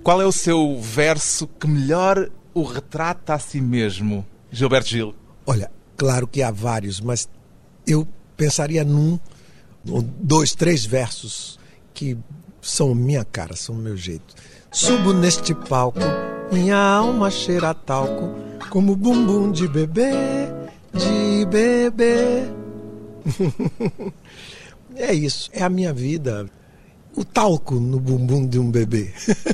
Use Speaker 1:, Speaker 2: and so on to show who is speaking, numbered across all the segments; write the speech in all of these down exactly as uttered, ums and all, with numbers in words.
Speaker 1: Qual é o seu verso que melhor o retrata a si mesmo, Gilberto Gil?
Speaker 2: Olha, claro que há vários, mas eu pensaria num, dois, três versos que são minha cara, são meu jeito. Subo neste palco, minha alma cheira a talco, como bumbum de bebê, de bebê. É isso, é a minha vida. O talco no bumbum de um bebê.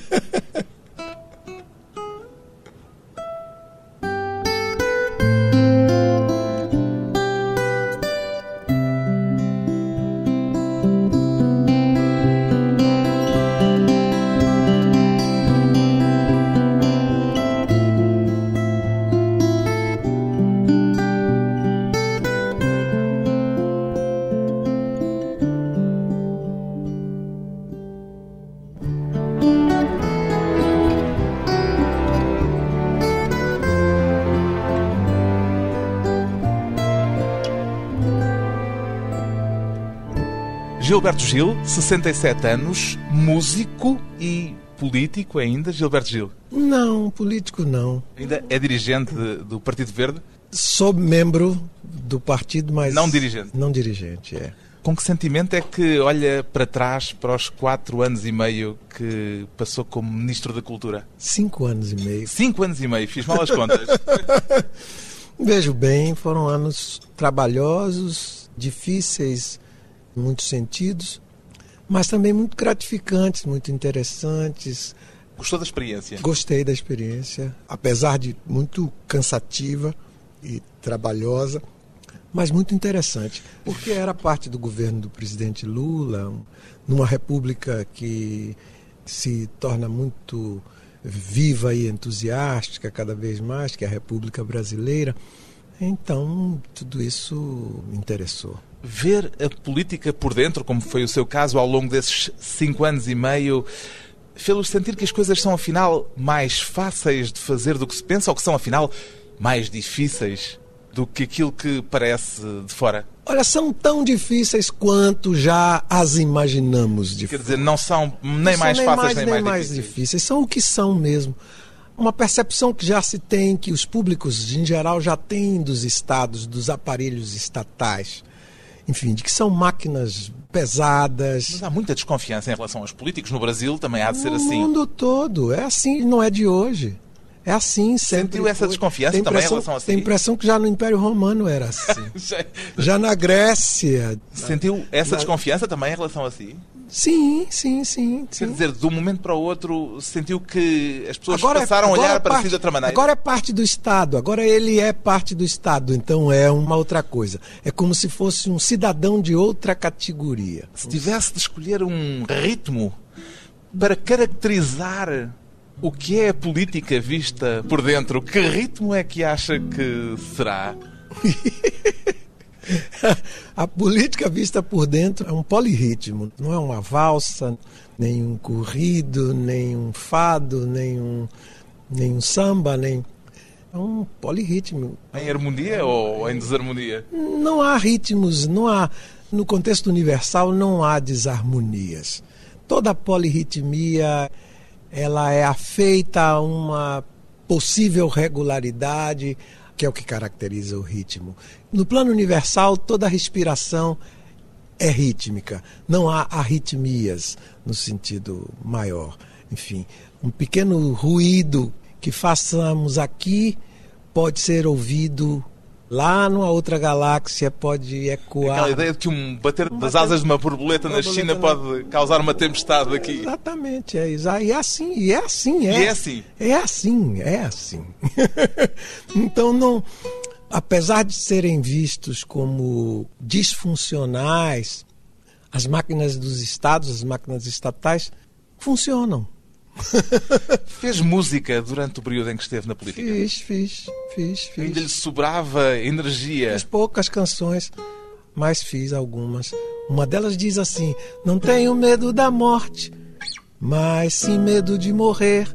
Speaker 1: Gilberto Gil, sessenta e sete anos, músico e político ainda, Gilberto Gil?
Speaker 2: Não, político não.
Speaker 1: Ainda é dirigente de, do Partido Verde?
Speaker 2: Sou membro do partido, mas...
Speaker 1: Não dirigente?
Speaker 2: Não dirigente, é.
Speaker 1: Com que sentimento é que olha para trás, para os quatro anos e meio que passou como Ministro da Cultura?
Speaker 2: Cinco anos e meio.
Speaker 1: Cinco anos e meio, fiz mal as contas.
Speaker 2: Vejo bem, foram anos trabalhosos, difíceis em muitos sentidos, mas também muito gratificantes, muito interessantes.
Speaker 1: Gostou da experiência?
Speaker 2: Gostei da experiência, apesar de muito cansativa e trabalhosa, mas muito interessante, porque era parte do governo do presidente Lula, numa república que se torna muito viva e entusiástica cada vez mais, que é a República Brasileira. Então, tudo isso me interessou.
Speaker 1: Ver a política por dentro, como foi o seu caso ao longo desses cinco anos e meio, fê-los sentir que as coisas são, afinal, mais fáceis de fazer do que se pensa, ou que são, afinal, mais difíceis do que aquilo que parece de fora?
Speaker 2: Olha, são tão difíceis quanto já as imaginamos de
Speaker 1: Quer
Speaker 2: fora.
Speaker 1: dizer, não são nem
Speaker 2: não
Speaker 1: mais
Speaker 2: são nem
Speaker 1: fáceis
Speaker 2: mais,
Speaker 1: nem,
Speaker 2: nem
Speaker 1: mais,
Speaker 2: mais
Speaker 1: difíceis.
Speaker 2: difíceis. São o que são mesmo. Uma percepção que já se tem, que os públicos, em geral, já têm dos estados, dos aparelhos estatais. Enfim, de que são máquinas pesadas.
Speaker 1: Mas há muita desconfiança em relação aos políticos. No Brasil também há de ser
Speaker 2: No
Speaker 1: assim.
Speaker 2: mundo todo. É assim, não é de hoje. É assim sempre.
Speaker 1: Sentiu essa
Speaker 2: foi.
Speaker 1: desconfiança
Speaker 2: Tem
Speaker 1: também em
Speaker 2: impressão-
Speaker 1: relação a si?
Speaker 2: Tem impressão que já no Império Romano era assim.
Speaker 1: Já-
Speaker 2: Já na Grécia.
Speaker 1: Sentiu essa
Speaker 2: Na-
Speaker 1: desconfiança também em relação a si?
Speaker 2: Sim, sim, sim.
Speaker 1: Quer
Speaker 2: sim.
Speaker 1: dizer, de um momento para o outro, sentiu que as pessoas
Speaker 2: Agora é-
Speaker 1: passaram a
Speaker 2: agora
Speaker 1: olhar
Speaker 2: é
Speaker 1: para si
Speaker 2: parte-
Speaker 1: de outra maneira?
Speaker 2: Agora é parte do Estado, agora ele é parte do Estado, então é uma outra coisa. É como se fosse um cidadão de outra categoria.
Speaker 1: Se tivesse de escolher um ritmo para caracterizar o que é a política vista por dentro, que ritmo é que acha que será?
Speaker 2: A política vista por dentro é um polirritmo, não é uma valsa, nem um corrido, nem um fado, nem um, nem um samba, nem... É um polirritmo.
Speaker 1: Em harmonia ou em desarmonia?
Speaker 2: Não há ritmos, não há, no contexto universal não há desarmonias. Toda polirritmia, ela é afeita a uma possível regularidade, que é o que caracteriza o ritmo. No plano universal, toda respiração é rítmica. Não há arritmias no sentido maior. Enfim, um pequeno ruído que façamos aqui pode ser ouvido lá numa outra galáxia, pode ecoar.
Speaker 1: Aquela ideia de que um bater
Speaker 2: Um
Speaker 1: das
Speaker 2: bater-
Speaker 1: asas de uma borboleta na
Speaker 2: borboleta
Speaker 1: China
Speaker 2: na-
Speaker 1: pode causar uma tempestade aqui.
Speaker 2: Exatamente, é isso. E é assim, e é assim. É,
Speaker 1: E é assim.
Speaker 2: É assim, é assim. Então, não, apesar de serem vistos como disfuncionais, as máquinas dos estados, as máquinas estatais, funcionam.
Speaker 1: Fez música durante o período em que esteve na política?
Speaker 2: Fiz, fiz, fiz,
Speaker 1: Ainda lhe
Speaker 2: fiz.
Speaker 1: sobrava energia?
Speaker 2: Fiz poucas canções, mas fiz algumas. Uma delas diz assim: não tenho medo da morte, mas sim medo de morrer.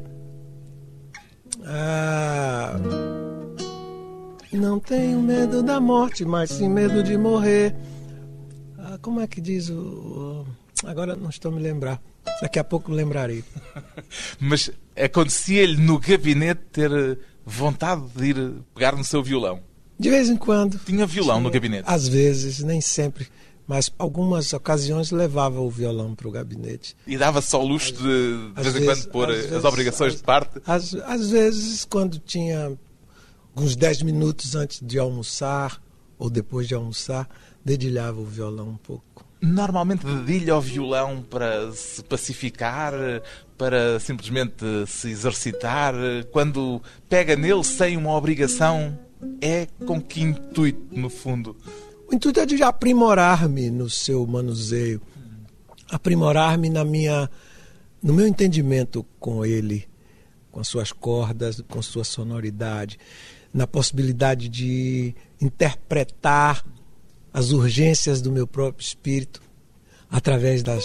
Speaker 2: Ah, não tenho medo da morte, mas sim medo de morrer. Ah, como é que diz o... o- Agora não estou a me lembrar. Daqui a pouco lembrarei.
Speaker 1: Mas Acontecia-lhe no gabinete ter vontade de ir pegar no seu violão?
Speaker 2: De vez em quando.
Speaker 1: Tinha violão
Speaker 2: Tinha,
Speaker 1: no gabinete?
Speaker 2: Às vezes, nem sempre. Mas algumas ocasiões levava o violão para o gabinete.
Speaker 1: E dava só o luxo de, de vez em quando, pôr as vezes, obrigações
Speaker 2: às,
Speaker 1: de parte?
Speaker 2: Às, às vezes, quando tinha uns dez minutos antes de almoçar, ou depois de almoçar, dedilhava o violão um pouco.
Speaker 1: Normalmente dedilha o violão para se pacificar, para simplesmente se exercitar. Quando pega nele sem uma obrigação, é com que intuito, no fundo?
Speaker 2: O intuito é de aprimorar-me no seu manuseio, aprimorar-me na minha, no meu entendimento com ele, com as suas cordas, com sua sonoridade, na possibilidade de interpretar as urgências do meu próprio espírito através das,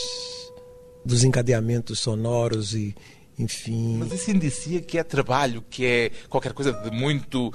Speaker 2: dos encadeamentos sonoros e, enfim...
Speaker 1: Mas isso indicia que é trabalho, que é qualquer coisa de muito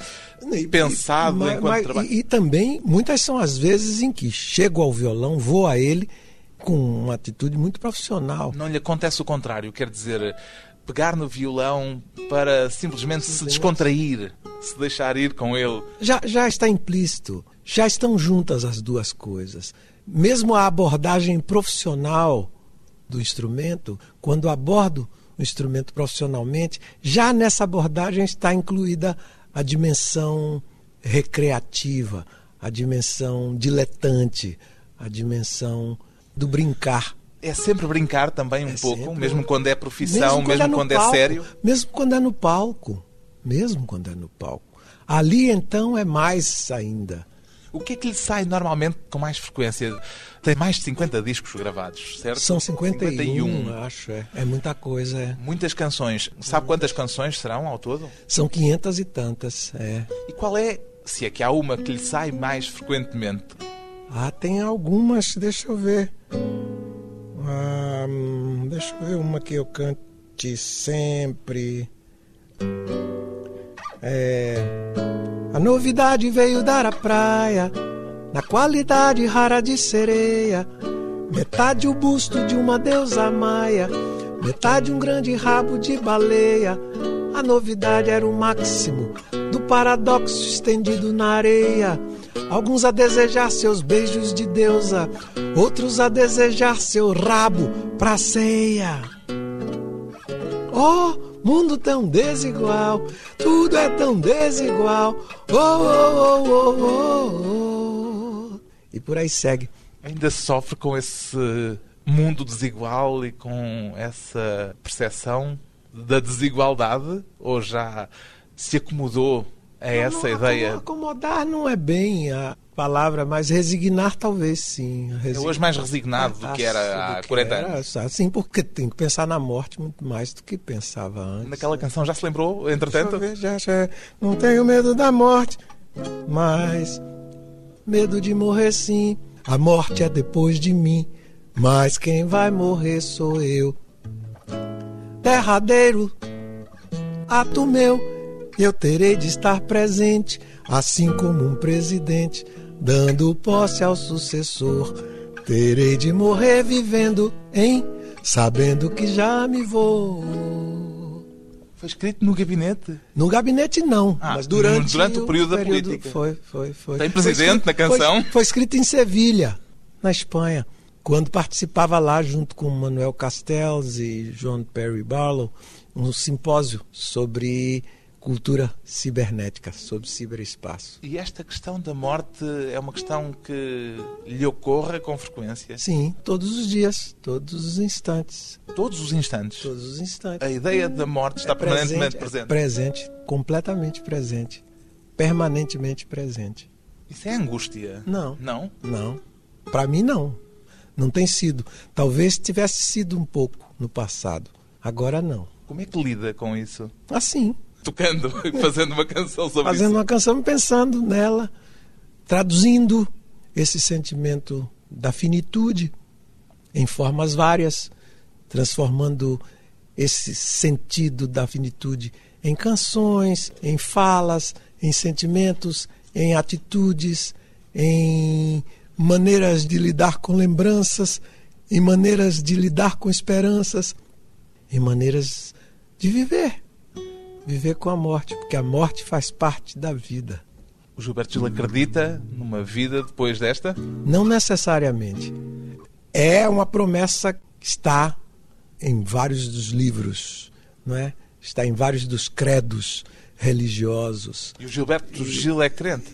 Speaker 1: pensado
Speaker 2: mas,
Speaker 1: enquanto
Speaker 2: mas,
Speaker 1: trabalho.
Speaker 2: E, e também, muitas são as vezes em que chego ao violão, vou a ele com uma atitude muito profissional.
Speaker 1: Não lhe acontece o contrário, quer dizer, pegar no violão para simplesmente se descontrair, se deixar ir com ele.
Speaker 2: Já, já está implícito, já estão juntas as duas coisas. Mesmo a abordagem profissional do instrumento, quando abordo o instrumento profissionalmente, já nessa abordagem está incluída a dimensão recreativa, a dimensão diletante, a dimensão do brincar.
Speaker 1: É sempre brincar também um
Speaker 2: é
Speaker 1: pouco,
Speaker 2: sempre...
Speaker 1: mesmo quando é profissão,
Speaker 2: mesmo quando,
Speaker 1: mesmo
Speaker 2: é, no
Speaker 1: quando
Speaker 2: palco,
Speaker 1: é sério?
Speaker 2: Mesmo quando é no palco. Mesmo quando é no palco. Ali, então, é mais ainda.
Speaker 1: O que é que lhe sai normalmente com mais frequência? Tem mais de cinquenta discos gravados, certo?
Speaker 2: São cinquenta e um,
Speaker 1: cinquenta e um.
Speaker 2: acho. É, é muita coisa. É.
Speaker 1: Muitas canções. Sabe quantas canções serão ao todo?
Speaker 2: São quinhentas e tantas, é.
Speaker 1: E qual é, se é que há uma que lhe sai mais frequentemente?
Speaker 2: Ah, tem algumas, deixa eu ver. Ah, deixa eu ver uma que eu cante sempre. É... A novidade veio dar à praia, na qualidade rara de sereia. Metade o busto de uma deusa maia, metade um grande rabo de baleia. A novidade era o máximo do paradoxo estendido na areia. Alguns a desejar seus beijos de deusa, outros a desejar seu rabo pra ceia. Oh, mundo tão desigual, tudo é tão desigual. Oh, oh, oh, oh, oh, oh. E por aí segue.
Speaker 1: Ainda sofre com esse mundo desigual e com essa percepção da desigualdade? Ou já se acomodou a essa
Speaker 2: não,
Speaker 1: ideia?
Speaker 2: Acomodar não é bem a palavra, mas resignar talvez sim. Resignar.
Speaker 1: É hoje mais resignado do que era há quarenta anos?
Speaker 2: Sim, porque tem que pensar na morte muito mais do que pensava antes.
Speaker 1: Naquela canção já se lembrou, entretanto?
Speaker 2: Ver, já, já, não tenho medo da morte, mas medo de morrer sim. A morte é depois de mim, mas quem vai morrer sou eu. Derradeiro ato meu, eu terei de estar presente, assim como um presidente, dando posse ao sucessor. Terei de morrer vivendo, hein? Sabendo que já me vou.
Speaker 1: Foi escrito no gabinete?
Speaker 2: No gabinete não,
Speaker 1: ah,
Speaker 2: mas durante,
Speaker 1: durante o período,
Speaker 2: o
Speaker 1: da
Speaker 2: período
Speaker 1: política.
Speaker 2: Foi, foi, foi.
Speaker 1: Tem presidente
Speaker 2: foi escrito,
Speaker 1: na canção?
Speaker 2: Foi, foi escrito em Sevilha, na Espanha, quando participava lá junto com Manuel Castells e John Perry Barlow, um simpósio sobre cultura cibernética, sobre ciberespaço.
Speaker 1: E esta questão da morte é uma questão que lhe ocorre com frequência?
Speaker 2: Sim, todos os dias, todos os instantes.
Speaker 1: Todos os instantes?
Speaker 2: Todos os instantes.
Speaker 1: A ideia da morte está
Speaker 2: é
Speaker 1: permanentemente
Speaker 2: presente,
Speaker 1: presente?
Speaker 2: É presente, completamente presente, permanentemente presente.
Speaker 1: Isso é angústia?
Speaker 2: Não.
Speaker 1: Não?
Speaker 2: Não. Para mim, não. Não tem sido. Talvez tivesse sido um pouco no passado. Agora, não.
Speaker 1: Como é que lida com isso?
Speaker 2: Assim.
Speaker 1: Tocando e fazendo uma canção sobre
Speaker 2: fazendo isso. Fazendo uma canção, pensando nela, traduzindo esse sentimento da finitude em formas várias, transformando esse sentido da finitude em canções, em falas, em sentimentos, em atitudes, em maneiras de lidar com lembranças, em maneiras de lidar com esperanças, em maneiras de viver. Viver com a morte, porque a morte faz parte da vida.
Speaker 1: O Gilberto Gil acredita numa vida depois desta?
Speaker 2: Não necessariamente. É uma promessa que está em vários dos livros, não é? Está em vários dos credos religiosos.
Speaker 1: E o Gilberto Gil é crente?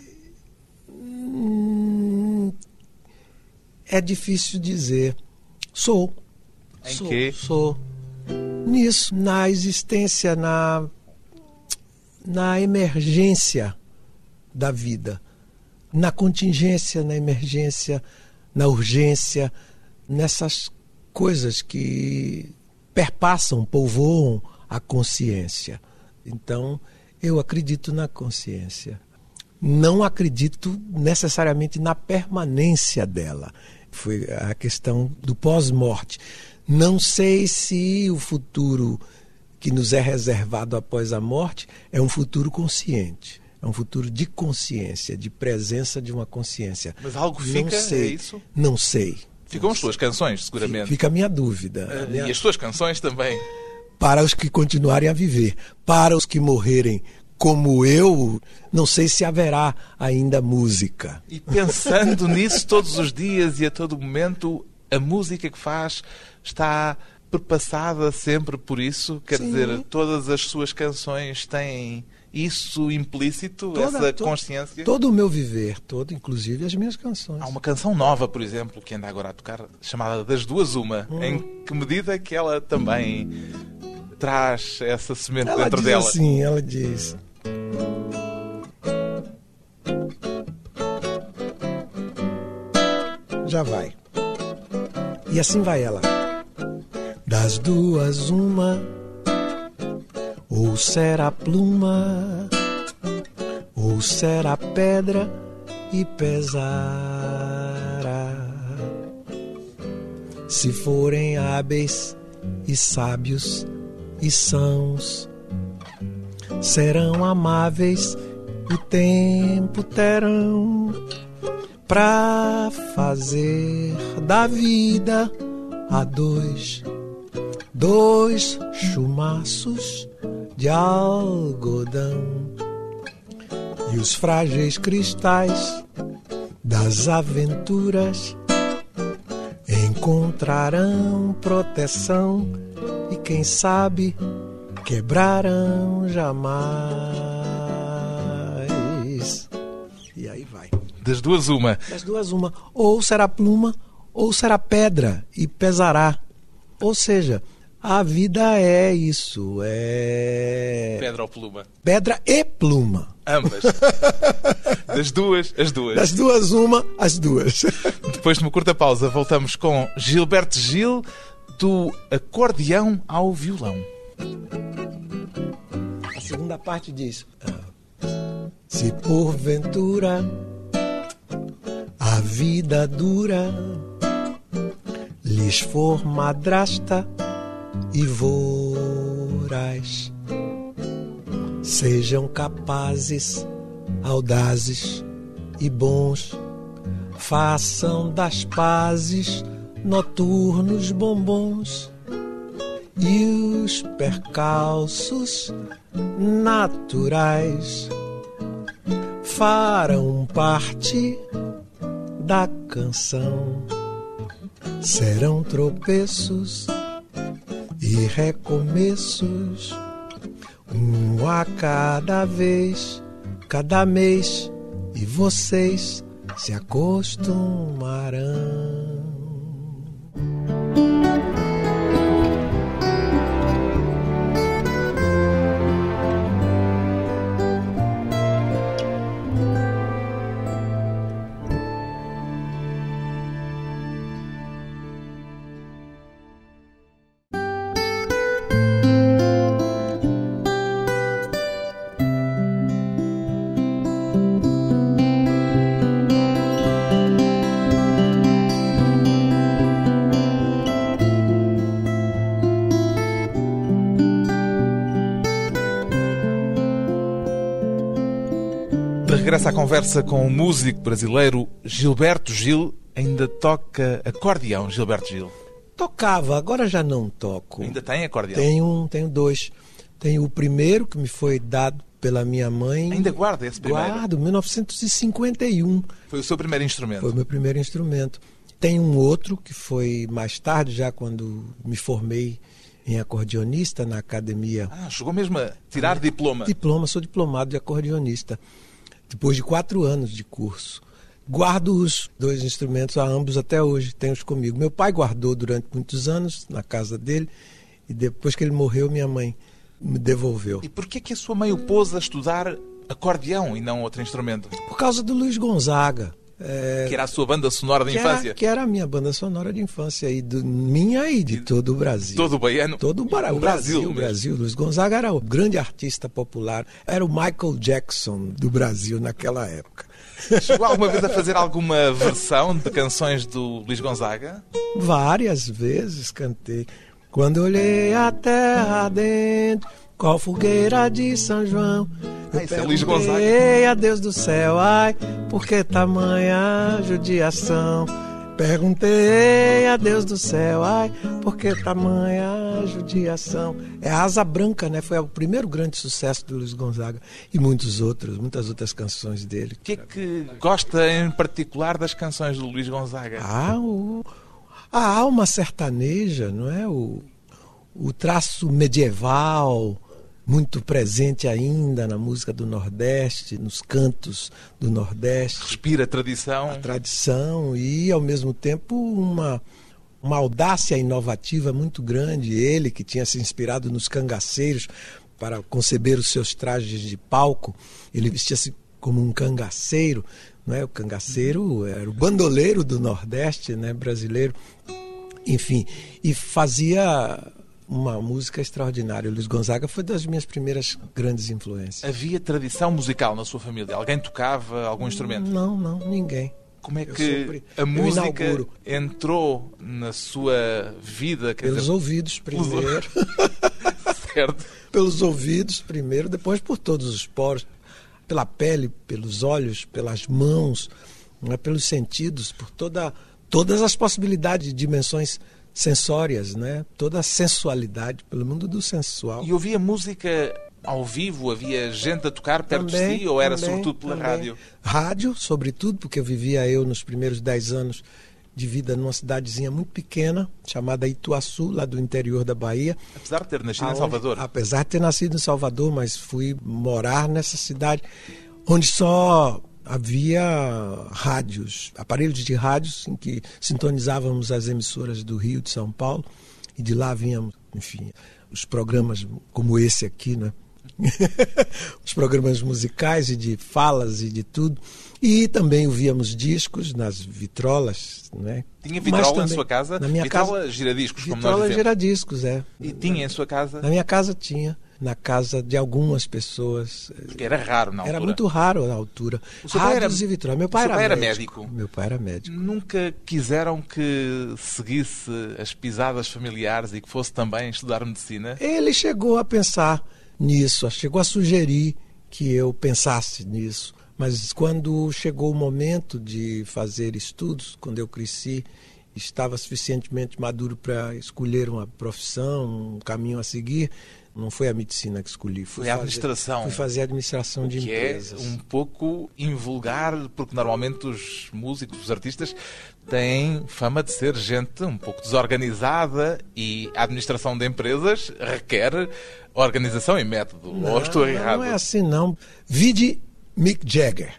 Speaker 2: Hum, é difícil dizer. Sou.
Speaker 1: Em
Speaker 2: sou,
Speaker 1: quê?
Speaker 2: Sou. Nisso, na existência, na, na emergência da vida, na contingência, na emergência, na urgência, nessas coisas que perpassam, povoam a consciência. Então, eu acredito na consciência. Não acredito necessariamente na permanência dela. Foi a questão do pós-morte. Não sei se o futuro que nos é reservado após a morte é um futuro consciente. É um futuro de consciência, de presença de uma consciência.
Speaker 1: Mas algo fica,
Speaker 2: não sei,
Speaker 1: é isso?
Speaker 2: Não sei.
Speaker 1: Ficam as suas canções, seguramente.
Speaker 2: Fica a minha dúvida.
Speaker 1: Uh,
Speaker 2: a minha...
Speaker 1: E as suas canções também.
Speaker 2: Para os que continuarem a viver. Para os que morrerem como eu, não sei se haverá ainda música.
Speaker 1: E pensando nisso todos os dias e a todo momento, a música que faz está perpassada sempre por isso? Quer
Speaker 2: Sim.
Speaker 1: dizer, todas as suas canções têm isso implícito,
Speaker 2: Toda,
Speaker 1: essa
Speaker 2: to,
Speaker 1: consciência?
Speaker 2: Todo o meu viver, todo, inclusive as minhas canções.
Speaker 1: Há uma canção nova, por exemplo, que anda agora a tocar, chamada Das Duas Uma. Hum. Em que medida é que ela também traz essa semente
Speaker 2: ela
Speaker 1: dentro
Speaker 2: diz
Speaker 1: dela?
Speaker 2: Assim, ela diz... Já vai. E assim vai ela. Das duas uma, ou será pluma, ou será pedra e pesará. Se forem hábeis e sábios e sãos, serão amáveis e tempo terão pra fazer da vida a dois, dois chumaços de algodão. E os frágeis cristais das aventuras encontrarão proteção e quem sabe quebrarão jamais. E aí vai.
Speaker 1: Das duas uma.
Speaker 2: Das duas uma. Ou será pluma, ou será pedra, e pesará. Ou seja, a vida é isso, é...
Speaker 1: Pedra ou pluma?
Speaker 2: Pedra e pluma.
Speaker 1: Ambas. Das duas, as duas.
Speaker 2: Das duas uma, as duas.
Speaker 1: Depois de uma curta pausa, voltamos com Gilberto Gil, do acordeão ao violão.
Speaker 2: A segunda parte diz: se porventura a vida dura lhes for madrasta e voraz, sejam capazes, audazes e bons, façam das pazes noturnos bombons, e os percalços naturais farão parte da canção. Serão tropeços e recomeços, um a cada vez, cada mês, e vocês se acostumarão.
Speaker 1: Regressa à conversa com o músico brasileiro Gilberto Gil. Ainda toca acordeão, Gilberto Gil?
Speaker 2: Tocava, agora já não toco.
Speaker 1: Ainda tem acordeão?
Speaker 2: Tenho um, tenho dois. Tenho o primeiro, que me foi dado pela minha mãe.
Speaker 1: Ainda guarda esse primeiro?
Speaker 2: Guardo, mil novecentos e cinquenta e um.
Speaker 1: Foi o seu primeiro instrumento?
Speaker 2: Foi o meu primeiro instrumento. Tem um outro, que foi mais tarde, já quando me formei em acordeonista na academia.
Speaker 1: Ah, chegou mesmo a tirar diploma?
Speaker 2: Diploma, sou diplomado de acordeonista. Depois de quatro anos de curso. Guardo os dois instrumentos, a ambos até hoje, tenho-os comigo. Meu pai guardou durante muitos anos na casa dele, e depois que ele morreu, minha mãe me devolveu.
Speaker 1: E por que é que a sua mãe o pôs a estudar acordeão e não outro instrumento?
Speaker 2: Por causa do Luiz Gonzaga. É,
Speaker 1: que era a sua banda sonora de
Speaker 2: que
Speaker 1: infância?
Speaker 2: Era, que era a minha banda sonora de infância, e do, minha e de todo o Brasil.
Speaker 1: Todo o baiano?
Speaker 2: Todo o, Bar- o Brasil. Brasil, o Brasil. Luiz Gonzaga era o grande artista popular, era o Michael Jackson do Brasil naquela época.
Speaker 1: Chegou alguma vez a fazer alguma versão de canções do Luiz Gonzaga?
Speaker 2: Várias vezes cantei. Quando olhei a terra dentro, qual fogueira de São João, eu
Speaker 1: ah, perguntei
Speaker 2: é a Deus do céu, ai, por que tamanha judiação? Perguntei a Deus do céu, ai, por que tamanha judiação? É a Asa Branca, né? Foi o primeiro grande sucesso do Luiz Gonzaga, e muitos outros, muitas outras canções dele.
Speaker 1: O que é que gosta em particular das canções do Luiz Gonzaga?
Speaker 2: Ah, o, a alma sertaneja, não é? O, o traço medieval, muito presente ainda na música do Nordeste, nos cantos do Nordeste.
Speaker 1: Respira a tradição.
Speaker 2: A tradição e, ao mesmo tempo, uma, uma audácia inovativa muito grande. Ele, que tinha se inspirado nos cangaceiros para conceber os seus trajes de palco, ele vestia-se como um cangaceiro. Não é? O cangaceiro era o bandoleiro do Nordeste, né, brasileiro. Enfim, e fazia uma música extraordinária. O Luiz Gonzaga foi das minhas primeiras grandes influências.
Speaker 1: Havia tradição musical na sua família? Alguém tocava algum instrumento?
Speaker 2: Não, não, ninguém.
Speaker 1: Como é que sempre, a música inauguro. entrou na sua vida? Quer
Speaker 2: Pelos
Speaker 1: dizer,
Speaker 2: ouvidos primeiro.
Speaker 1: Certo.
Speaker 2: Pelos ouvidos primeiro, depois por todos os poros. Pela pele, pelos olhos, pelas mãos, né, pelos sentidos, por toda, todas as possibilidades de dimensões sensórias, né? Toda a sensualidade, pelo mundo do sensual.
Speaker 1: E ouvia música ao vivo? Havia gente a tocar perto
Speaker 2: também,
Speaker 1: de si ou era
Speaker 2: também,
Speaker 1: sobretudo pela
Speaker 2: também.
Speaker 1: rádio?
Speaker 2: Rádio, sobretudo, porque eu vivia eu nos primeiros dez anos de vida numa cidadezinha muito pequena, chamada Ituaçu, lá do interior da Bahia.
Speaker 1: Apesar de ter nascido
Speaker 2: aonde,
Speaker 1: em Salvador?
Speaker 2: Apesar de ter nascido em Salvador, mas fui morar nessa cidade onde só havia rádios, aparelhos de rádios em que sintonizávamos as emissoras do Rio, de São Paulo, e de lá vinham, enfim, os programas como esse aqui, né? Os programas musicais e de falas e de tudo. E também ouvíamos discos nas vitrolas, né?
Speaker 1: Tinha vitrola
Speaker 2: também,
Speaker 1: na sua casa?
Speaker 2: Na minha
Speaker 1: vitrola
Speaker 2: casa,
Speaker 1: giradiscos, como
Speaker 2: vitrola
Speaker 1: nós dizemos.
Speaker 2: giradiscos, é.
Speaker 1: E tinha em sua casa?
Speaker 2: Na minha casa tinha. Na casa de algumas pessoas.
Speaker 1: Porque era raro na altura.
Speaker 2: Era muito raro na altura.
Speaker 1: O seu pai era,
Speaker 2: e vitrola. Meu pai,
Speaker 1: era,
Speaker 2: pai era
Speaker 1: médico.
Speaker 2: médico. Meu pai era médico.
Speaker 1: Nunca quiseram que seguisse as pisadas familiares e que fosse também estudar medicina?
Speaker 2: Ele chegou a pensar nisso, chegou a sugerir que eu pensasse nisso. Mas quando chegou o momento de fazer estudos, quando eu cresci, estava suficientemente maduro para escolher uma profissão, um caminho a seguir, não foi a medicina que escolhi. Fui
Speaker 1: foi a
Speaker 2: fazer,
Speaker 1: administração.
Speaker 2: Fui fazer a administração de
Speaker 1: que
Speaker 2: empresas.
Speaker 1: É um pouco invulgar, porque normalmente os músicos, os artistas, têm fama de ser gente um pouco desorganizada e a administração de empresas requer organização e método.
Speaker 2: Não,
Speaker 1: ou estou errado?
Speaker 2: Não é assim, não. Vide Mick Jagger.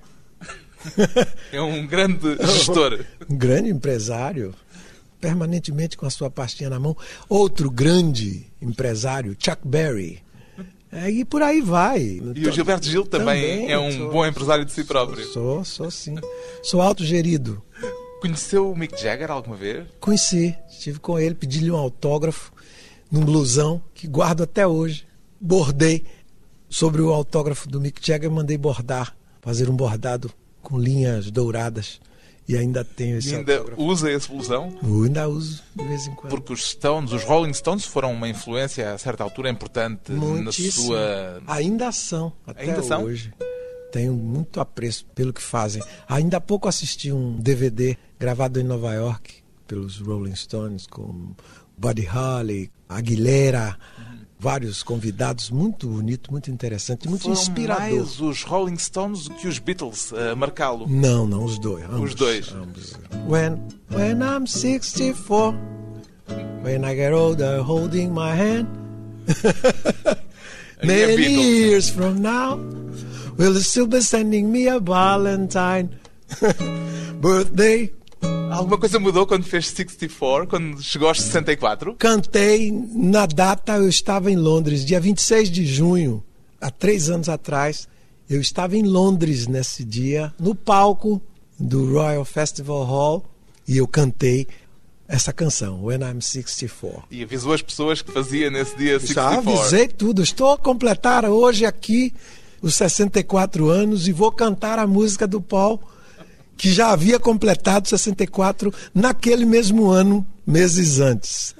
Speaker 1: É um grande gestor.
Speaker 2: Um grande empresário, permanentemente com a sua pastinha na mão. Outro grande empresário, Chuck Berry. É, e por aí vai.
Speaker 1: E o Gilberto Gil também, também é um
Speaker 2: sou,
Speaker 1: bom empresário de si próprio.
Speaker 2: Sou, sou sim. Sou autogerido.
Speaker 1: Conheceu o Mick Jagger alguma vez?
Speaker 2: Conheci. Estive com ele, pedi-lhe um autógrafo num blusão que guardo até hoje. Bordei sobre o autógrafo do Mick Jagger, mandei bordar, fazer um bordado com linhas douradas. E ainda tenho esse
Speaker 1: e ainda
Speaker 2: autógrafo.
Speaker 1: Usa esse blusão?
Speaker 2: Eu ainda uso de vez em quando.
Speaker 1: Porque os Stones, os Rolling Stones, foram uma influência a certa altura importante
Speaker 2: Muitíssimo.
Speaker 1: na sua...
Speaker 2: Ainda são, até
Speaker 1: ainda são?
Speaker 2: hoje. Tenho muito apreço pelo que fazem. Ainda há pouco assisti um D V D gravado em Nova York pelos Rolling Stones, com Buddy Holly, Aguilera, vários convidados, muito bonito, muito interessante, muito
Speaker 1: Foram
Speaker 2: inspirador.
Speaker 1: mais os Rolling Stones do que os Beatles a marcá-lo?
Speaker 2: Não, não, os dois. Ambos,
Speaker 1: Os dois.
Speaker 2: ambos. When, when I'm sixty-four, when I get older, holding my hand,
Speaker 1: Aí é
Speaker 2: many
Speaker 1: Beatles.
Speaker 2: years from now, will you still be sending me a Valentine birthday?
Speaker 1: Alguma coisa mudou quando fez sessenta e quatro, quando chegou aos sessenta e quatro?
Speaker 2: Cantei na data, eu estava em Londres, dia vinte e seis de junho, há três anos atrás. Eu estava em Londres nesse dia, no palco do Royal Festival Hall, e eu cantei essa canção, When I'm sixty-four.
Speaker 1: E avisou as pessoas que fazia nesse dia sessenta
Speaker 2: Já
Speaker 1: e quatro.
Speaker 2: avisei tudo, estou a completar hoje aqui os sessenta e quatro anos e vou cantar a música do Paul, que já havia completado sessenta e quatro naquele mesmo ano, meses antes.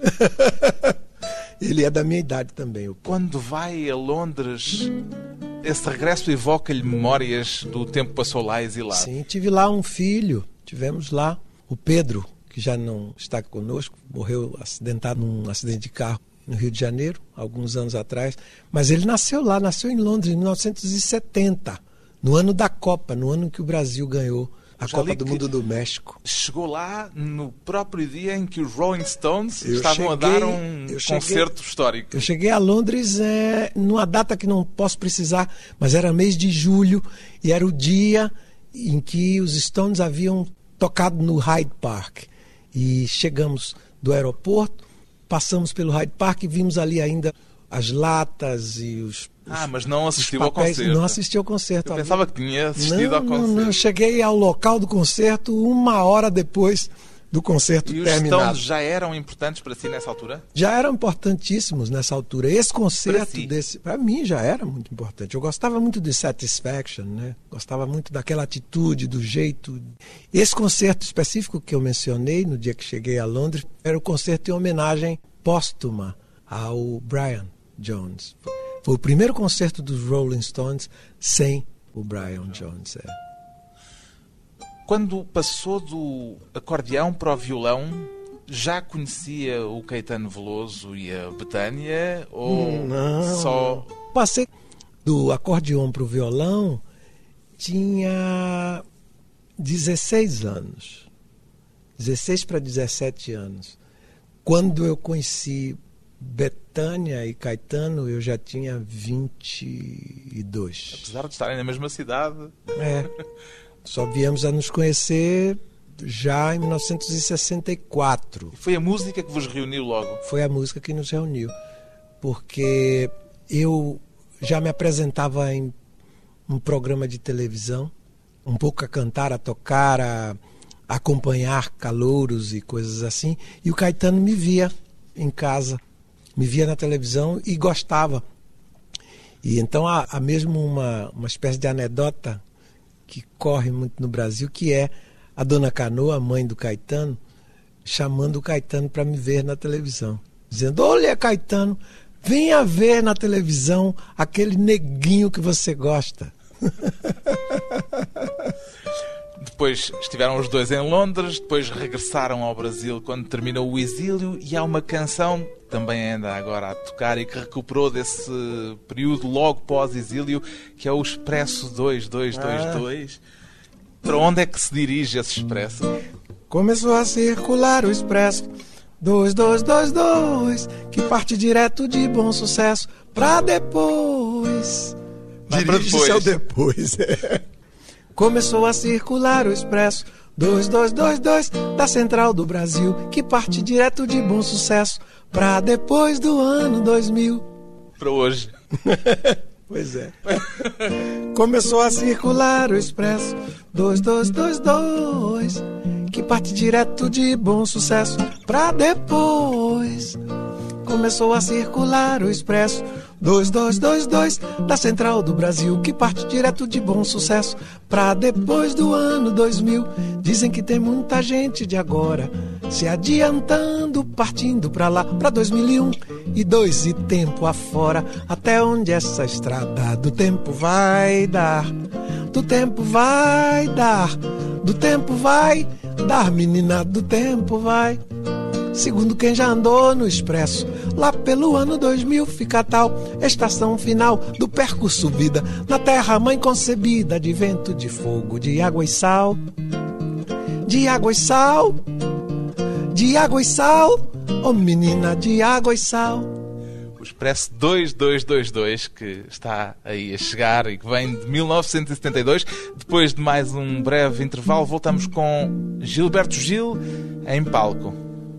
Speaker 2: Ele é da minha idade também. O Paul.
Speaker 1: Quando vai a Londres, esse regresso evoca-lhe memórias do tempo que passou lá exilado.
Speaker 2: Sim, tive lá um filho, tivemos lá o Pedro, que já não está conosco, morreu acidentado num acidente de carro no Rio de Janeiro, alguns anos atrás, mas ele nasceu lá, nasceu em Londres em mil novecentos e setenta, no ano da Copa, no ano que o Brasil ganhou a
Speaker 1: Já
Speaker 2: Copa
Speaker 1: li
Speaker 2: do
Speaker 1: que
Speaker 2: Mundo do México.
Speaker 1: Chegou lá no próprio dia em que os Rolling Stones
Speaker 2: Eu
Speaker 1: estavam
Speaker 2: cheguei-
Speaker 1: a dar um
Speaker 2: eu cheguei-
Speaker 1: concerto histórico.
Speaker 2: Eu cheguei a Londres é, numa data que não posso precisar, mas era mês de julho e era o dia em que os Stones haviam tocado no Hyde Park. E chegamos do aeroporto, passamos pelo Hyde Park e vimos ali ainda as latas e os,
Speaker 1: Ah, mas não
Speaker 2: os
Speaker 1: assistiu ao
Speaker 2: papéis.
Speaker 1: concerto.
Speaker 2: Não assisti ao concerto.
Speaker 1: Eu
Speaker 2: ali.
Speaker 1: pensava que tinha assistido
Speaker 2: não,
Speaker 1: ao concerto.
Speaker 2: Não, não, cheguei ao local do concerto uma hora depois do concerto
Speaker 1: E os
Speaker 2: terminado.
Speaker 1: Stones já eram importantes para si nessa altura?
Speaker 2: Já eram importantíssimos nessa altura. Esse concerto
Speaker 1: Para si?
Speaker 2: desse, para mim já era muito importante. Eu gostava muito de Satisfaction, né? Gostava muito daquela atitude, do jeito. Esse concerto específico que eu mencionei no dia que cheguei a Londres era o concerto em homenagem póstuma ao Brian Jones. Foi o primeiro concerto dos Rolling Stones sem o Brian Jones. É.
Speaker 1: Quando passou do acordeão para o violão, já conhecia o Caetano Veloso e a Betânia? Ou
Speaker 2: Não.
Speaker 1: só...
Speaker 2: Passei do acordeon para o violão, tinha dezesseis anos. dezesseis para dezessete anos. Quando eu conheci Betânia e Caetano, eu já tinha vinte e dois.
Speaker 1: Apesar de estarem na mesma cidade...
Speaker 2: É. Só viemos a nos conhecer já em mil novecentos e sessenta e quatro.
Speaker 1: Foi a música que vos reuniu logo?
Speaker 2: Foi a música que nos reuniu. Porque eu já me apresentava em um programa de televisão, um pouco a cantar, a tocar, a acompanhar calouros e coisas assim. E o Caetano me via em casa, me via na televisão e gostava. E então há, há mesmo uma, uma espécie de anedota que corre muito no Brasil, que é a dona Canoa, a mãe do Caetano, chamando o Caetano para me ver na televisão. Dizendo, olha Caetano, venha ver na televisão aquele neguinho que você gosta.
Speaker 1: Depois estiveram os dois em Londres, depois regressaram ao Brasil quando terminou o exílio, e há uma canção que também anda agora a tocar e que recuperou desse período logo pós-exílio, que é o Expresso dois dois dois dois. Ah. Para onde é que se dirige esse Expresso?
Speaker 2: Começou a circular o Expresso dois dois dois dois, que parte direto de Bom Sucesso pra depois.
Speaker 1: Vai para
Speaker 2: Dirige-se ao depois. É. Começou a circular o Expresso dois dois dois dois da Central do Brasil, que parte direto de Bom Sucesso pra depois do ano dois mil.
Speaker 1: Para hoje.
Speaker 2: Pois é. Começou a circular o Expresso dois dois dois dois, que parte direto de Bom Sucesso pra depois. Começou a circular o Expresso dois dois dois dois da Central do Brasil, que parte direto de Bom Sucesso pra depois do ano dois mil. Dizem que tem muita gente de agora se adiantando, partindo pra lá, pra dois mil e um e dois e tempo afora. Até onde essa estrada do tempo vai dar? Do tempo vai dar, do tempo vai dar, menina, do tempo vai. Segundo quem já andou no Expresso Lá pelo ano dois mil fica tal estação final do percurso vida na terra mãe concebida de vento, de fogo, de água e sal. De água e sal, de água e sal, oh menina, de água e sal.
Speaker 1: O Expresso dois dois dois dois, que está aí a chegar e que vem de mil novecentos e setenta e dois. Depois de mais um breve intervalo, voltamos com Gilberto Gil em palco.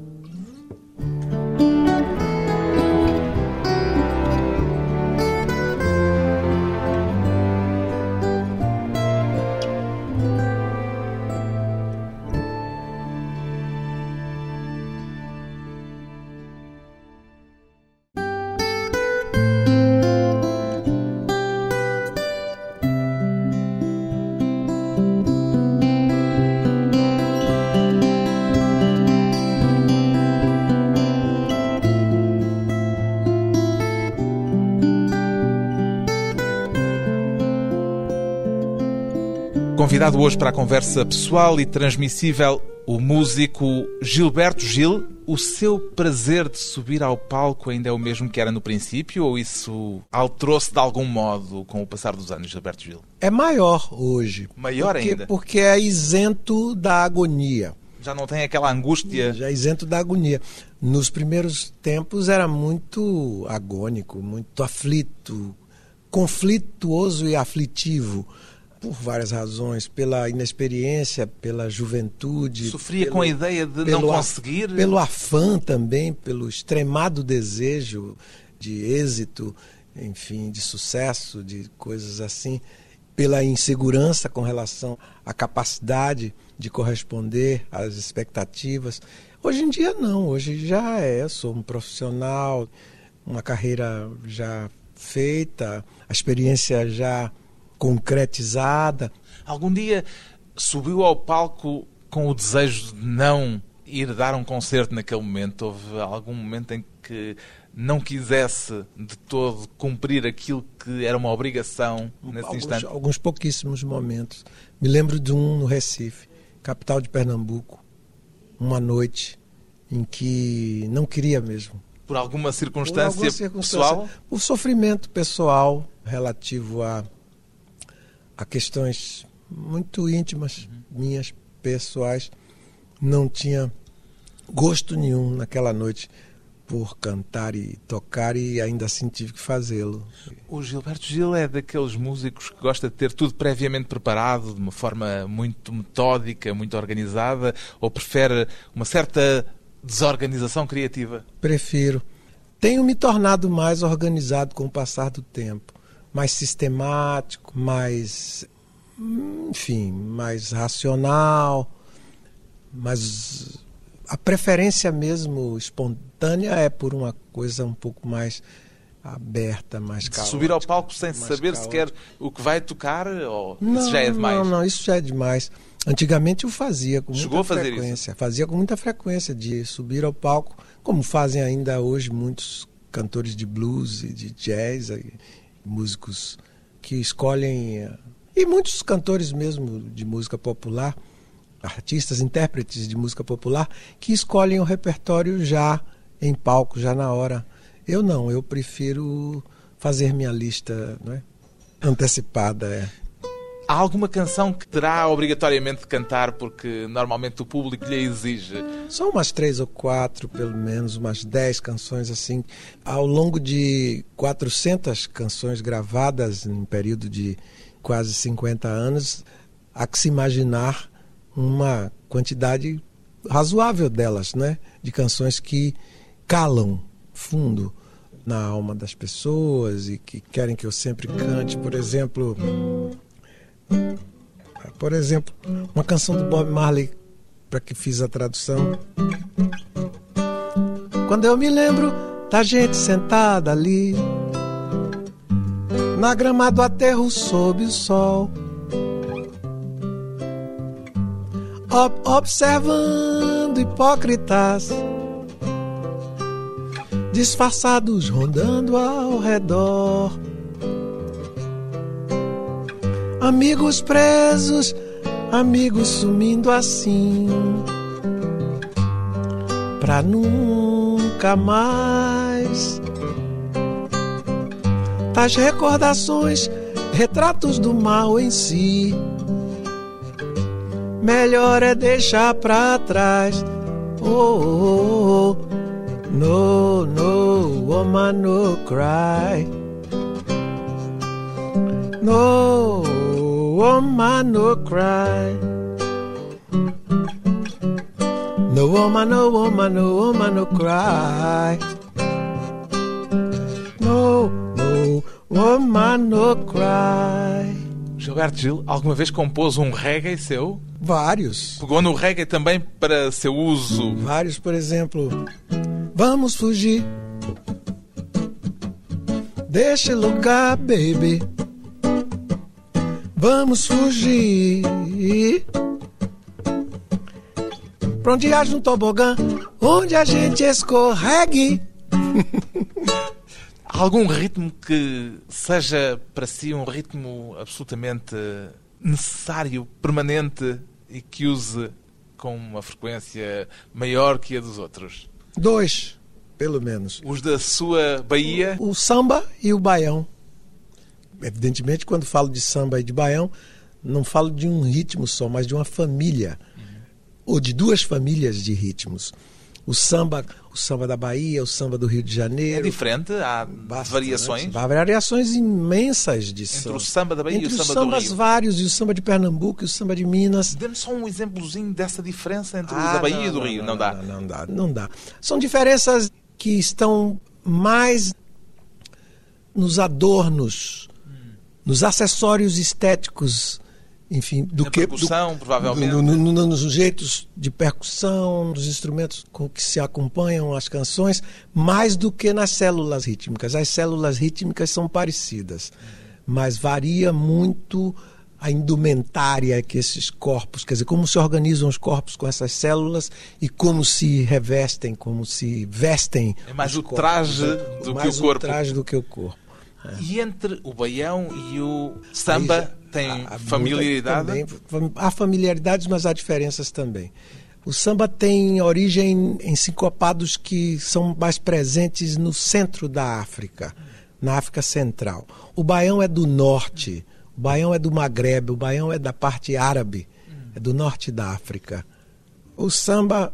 Speaker 1: Convidado hoje para a conversa pessoal e transmissível, o músico Gilberto Gil. O seu prazer de subir ao palco ainda é o mesmo que era no princípio, ou isso alterou-se de algum modo com o passar dos anos, Gilberto Gil?
Speaker 2: É maior hoje.
Speaker 1: Maior
Speaker 2: porque,
Speaker 1: ainda?
Speaker 2: Porque é isento da agonia.
Speaker 1: Já não tem aquela angústia?
Speaker 2: Já é isento da agonia. Nos primeiros tempos era muito agônico, muito aflito, conflituoso e aflitivo. Por várias razões, pela inexperiência, pela juventude.
Speaker 1: Sofria
Speaker 2: pelo,
Speaker 1: com a ideia de não conseguir?
Speaker 2: Pelo afã também, pelo extremado desejo de êxito, enfim, de sucesso, de coisas assim. Pela insegurança com relação à capacidade de corresponder às expectativas. Hoje em dia não, hoje já é, sou um profissional, uma carreira já feita, a experiência já concretizada.
Speaker 1: Algum dia subiu ao palco com o desejo de não ir dar um concerto naquele momento? Houve algum momento em que não quisesse de todo cumprir aquilo que era uma obrigação nesse
Speaker 2: alguns,
Speaker 1: instante?
Speaker 2: Alguns pouquíssimos momentos. Me lembro de um no Recife, capital de Pernambuco, uma noite em que não queria mesmo.
Speaker 1: Por alguma circunstância,
Speaker 2: Por alguma circunstância
Speaker 1: pessoal?
Speaker 2: Por sofrimento pessoal relativo a a questões muito íntimas, uhum. minhas, pessoais. Não tinha gosto nenhum naquela noite por cantar e tocar e ainda assim tive que fazê-lo.
Speaker 1: O Gilberto Gil é daqueles músicos que gosta de ter tudo previamente preparado, de uma forma muito metódica, muito organizada, ou prefere uma certa desorganização criativa?
Speaker 2: Prefiro. Tenho me tornado mais organizado com o passar do tempo. Mais sistemático, mais, enfim, mais racional, mas a preferência mesmo espontânea é por uma coisa um pouco mais aberta, mais caótica.
Speaker 1: Subir ao palco sem saber caótica. Sequer o que vai tocar, ou não, isso já é demais?
Speaker 2: Não, não, isso já é demais. Antigamente eu fazia com
Speaker 1: Chegou
Speaker 2: muita
Speaker 1: a fazer
Speaker 2: frequência.
Speaker 1: Isso?
Speaker 2: Fazia com muita frequência de subir ao palco, como fazem ainda hoje muitos cantores de blues e de jazz, músicos que escolhem, e muitos cantores mesmo de música popular, artistas, intérpretes de música popular, que escolhem o repertório já em palco, já na hora. Eu não, eu prefiro fazer minha lista, não é? Antecipada. É.
Speaker 1: Há alguma canção que terá obrigatoriamente de cantar porque normalmente o público lhe exige?
Speaker 2: São umas três ou quatro, pelo menos, umas dez canções assim. Ao longo de quatrocentas canções gravadas em um período de quase cinquenta anos, há que se imaginar uma quantidade razoável delas, né? De canções que calam fundo na alma das pessoas e que querem que eu sempre cante. Por exemplo... Por exemplo, uma canção do Bob Marley, para que fiz a tradução. Quando eu me lembro da gente sentada ali, na grama do aterro sob o sol, ob- observando hipócritas disfarçados rondando ao redor, amigos presos, amigos sumindo assim, pra nunca nunca mais. Tais recordações, retratos do mal em si, melhor é deixar pra trás. Oh, oh, oh. No, no, woman, no cry. No, woman, no cry. No woman, no woman, no woman, no cry. No, no, woman, no cry.
Speaker 1: Gilberto Gil, alguma vez compôs um reggae seu?
Speaker 2: Vários.
Speaker 1: Pegou no reggae também para seu uso?
Speaker 2: Vários, por exemplo... Vamos fugir deste lugar, baby. Vamos fugir pra onde haja um tobogã, onde a gente escorregue.
Speaker 1: Algum ritmo que seja para si um ritmo absolutamente necessário, permanente e que use com uma frequência maior que a dos outros?
Speaker 2: Dois, pelo menos.
Speaker 1: Os da sua Bahia?
Speaker 2: O, o samba e o baião. Evidentemente, quando falo de samba e de baião, não falo de um ritmo só, mas de uma família. Uhum. Ou de duas famílias de ritmos. O samba, o samba da Bahia, o samba do Rio de Janeiro.
Speaker 1: É diferente? Há bastante variações?
Speaker 2: Há variações imensas de samba.
Speaker 1: Entre o samba da Bahia
Speaker 2: Entre
Speaker 1: e o samba
Speaker 2: os
Speaker 1: do
Speaker 2: sambas
Speaker 1: Rio?
Speaker 2: vários, e o samba de Pernambuco e o samba de Minas.
Speaker 1: Dê-me só um exemplozinho dessa diferença entre
Speaker 2: ah,
Speaker 1: o da Bahia
Speaker 2: não,
Speaker 1: e o do
Speaker 2: não,
Speaker 1: Rio.
Speaker 2: Não,
Speaker 1: não, dá?
Speaker 2: Não, não dá. Não dá. São diferenças que estão mais nos adornos, hum. nos acessórios estéticos, enfim, do
Speaker 1: Na
Speaker 2: que
Speaker 1: percussão,
Speaker 2: do,
Speaker 1: provavelmente.
Speaker 2: No, no, no, nos jeitos de percussão, nos instrumentos com que se acompanham as canções, mais do que nas células rítmicas. As células rítmicas são parecidas, uhum. mas varia muito a indumentária que esses corpos, quer dizer, como se organizam os corpos com essas células e como se revestem, como se vestem.
Speaker 1: É mais o
Speaker 2: corpos,
Speaker 1: traje do
Speaker 2: mais
Speaker 1: que o corpo.
Speaker 2: o traje do que o corpo. É.
Speaker 1: E entre o baião e o samba já, tem há, há familiaridade?
Speaker 2: Também, há familiaridades, mas há diferenças também. O samba tem origem em sincopados que são mais presentes no centro da África, na África Central. O baião é do norte, o baião é do Magrebe, o baião é da parte árabe, é do norte da África. O samba...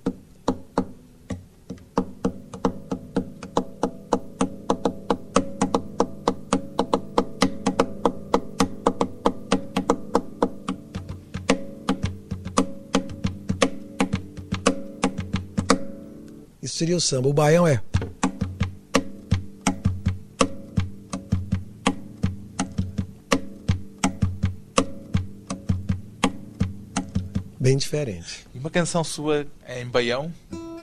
Speaker 2: Isso seria o samba. O baião é... bem diferente.
Speaker 1: E uma canção sua é em baião?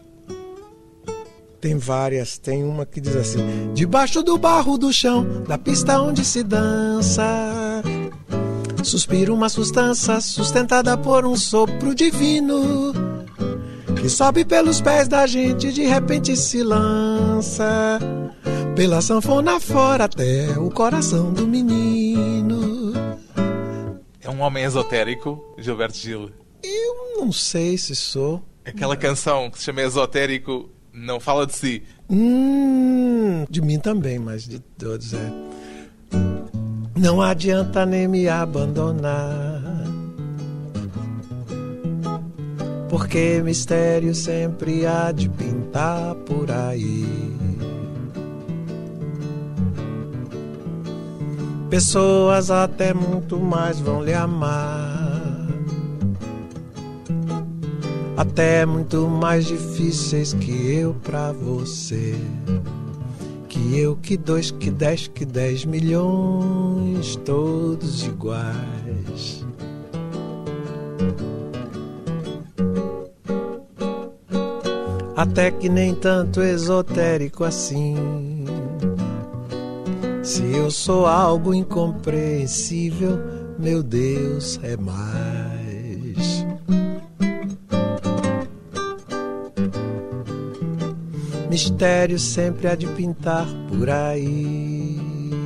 Speaker 2: Tem várias. Tem uma que diz assim: debaixo do barro do chão, da pista onde se dança, suspira uma sustância sustentada por um sopro divino, que sobe pelos pés da gente, de repente se lança pela sanfona fora até o coração do menino.
Speaker 1: É um homem esotérico, Gilberto Gil?
Speaker 2: Eu não sei se sou.
Speaker 1: Aquela canção que se chama Esotérico não fala de si?
Speaker 2: Hum, de mim também, mas de todos é. Não adianta nem me abandonar, porque mistério sempre há de pintar por aí. Pessoas até muito mais vão lhe amar, até muito mais difíceis que eu pra você, que eu, que dois, que dez, que dez milhões, todos iguais. Até que nem tanto esotérico assim. Se eu sou algo incompreensível, meu Deus, é mais. Mistério sempre há de pintar por aí.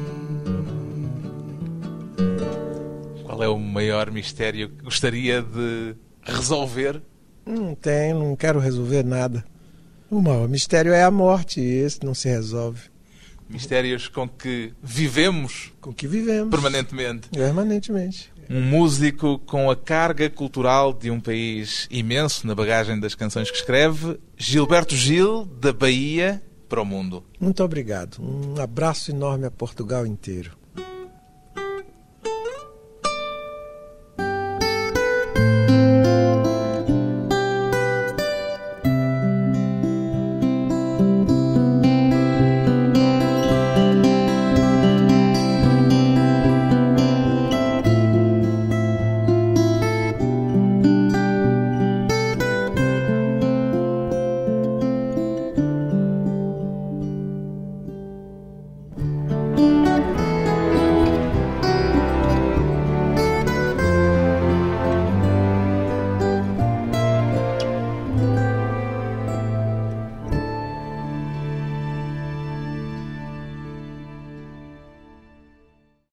Speaker 1: Qual é o maior mistério que gostaria de resolver?
Speaker 2: Não tem, não quero resolver nada. O maior mistério é a morte, e esse não se resolve.
Speaker 1: Mistérios com que vivemos
Speaker 2: Com que vivemos.
Speaker 1: permanentemente.
Speaker 2: Permanentemente.
Speaker 1: Um músico com a carga cultural de um país imenso na bagagem das canções que escreve, Gilberto Gil, da Bahia para o mundo.
Speaker 2: Muito obrigado. Um abraço enorme a Portugal inteiro.